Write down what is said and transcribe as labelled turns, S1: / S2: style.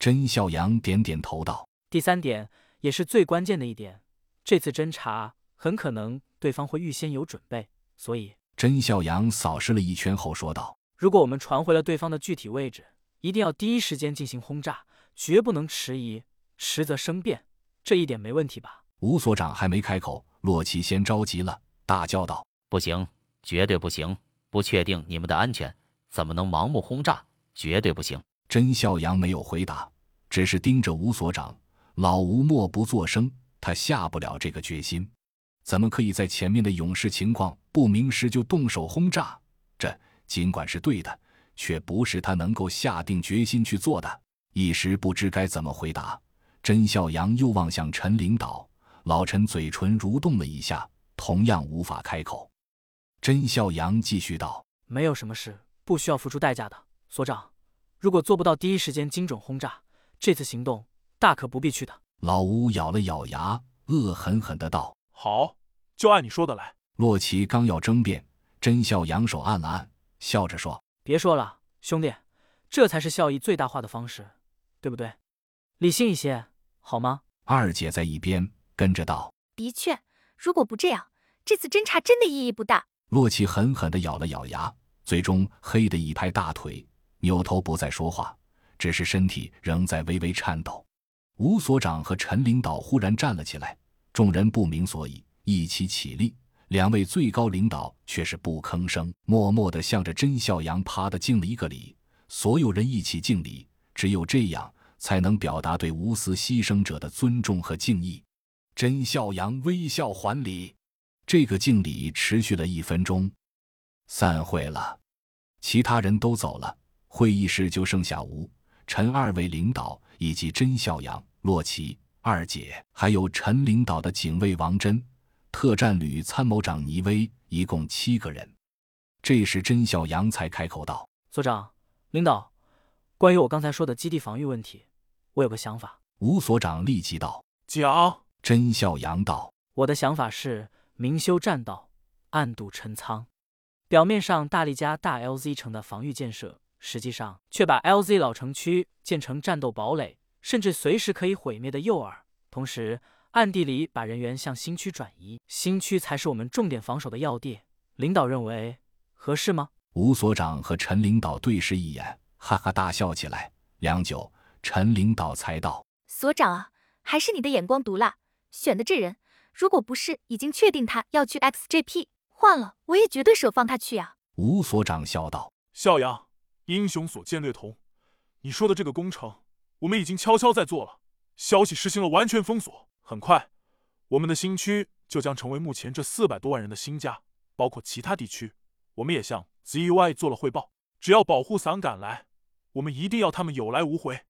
S1: 甄孝阳点点头道：
S2: 第3点也是最关键的一点，这次侦查很可能对方会预先有准备，所以……
S1: 甄孝阳扫视了一圈后说道：
S2: 如果我们传回了对方的具体位置，一定要第一时间进行轰炸，绝不能迟疑，迟则生变，这一点没问题吧？
S1: 吴所长还没开口，洛奇先着急了，大叫道：
S3: 不行，绝对不行，不确定你们的安全，怎么能盲目轰炸？绝对不行。
S1: 甄孝阳没有回答，只是盯着吴所长。老吴默不作声，他下不了这个决心。怎么可以在前面的勇士情况不明时就动手轰炸？这尽管是对的，却不是他能够下定决心去做的。一时不知该怎么回答，甄孝阳又望向陈领导，老陈嘴唇蠕动了一下，同样无法开口。甄孝阳继续道：
S2: 没有什么事不需要付出代价的，所长，如果做不到第一时间精准轰炸，这次行动大可不必去的。
S1: 老吴咬了咬牙，恶狠狠地道：
S4: 好，就按你说的来。
S1: 洛奇刚要争辩，甄孝阳手按了按，笑着说：
S2: 别说了，兄弟，这才是效益最大化的方式，对不对？理性一些，好吗？
S1: 二姐在一边跟着道：
S5: 的确，如果不这样，这次侦查真的意义不大。
S1: 洛奇狠狠地咬了咬牙，最终黑的一拍大腿，扭头不再说话，只是身体仍在微微颤抖。吴所长和陈领导忽然站了起来，众人不明所以，一起起立。两位最高领导却是不吭声，默默地向着甄孝阳爬地敬了一个礼。所有人一起敬礼，只有这样才能表达对无私牺牲者的尊重和敬意。甄孝阳微笑还礼，这个敬礼持续了1分钟。散会了，其他人都走了，会议室就剩下吴、陈2位领导以及甄孝阳、洛奇、二姐，还有陈领导的警卫王真、特战旅参谋长倪威，一共7个人。这时甄孝阳才开口道：
S2: 所长、领导，关于我刚才说的基地防御问题，我有个想法。
S1: 吴所长立即道：
S4: 讲。
S1: 甄孝阳道：
S2: 我的想法是明修栈道，暗度陈仓。表面上大力加大 LZ 城的防御建设，实际上却把 LZ 老城区建成战斗堡垒，甚至随时可以毁灭的诱饵。同时暗地里把人员向新区转移，新区才是我们重点防守的要地。领导认为合适吗？
S1: 吴所长和陈领导对视一眼，哈哈大笑起来。良久，陈领导才道：
S5: 所长啊，还是你的眼光毒辣，选的这人，如果不是已经确定他要去 XJP， 换了我也绝对舍放他去啊。
S1: 吴所长笑道：
S4: 孝阳，英雄所见略同，你说的这个工程我们已经悄悄在做了，消息实行了完全封锁，很快我们的新区就将成为目前这400多万人的新家，包括其他地区，我们也向 ZY 做了汇报，只要保护伞赶来，我们一定要他们有来无回。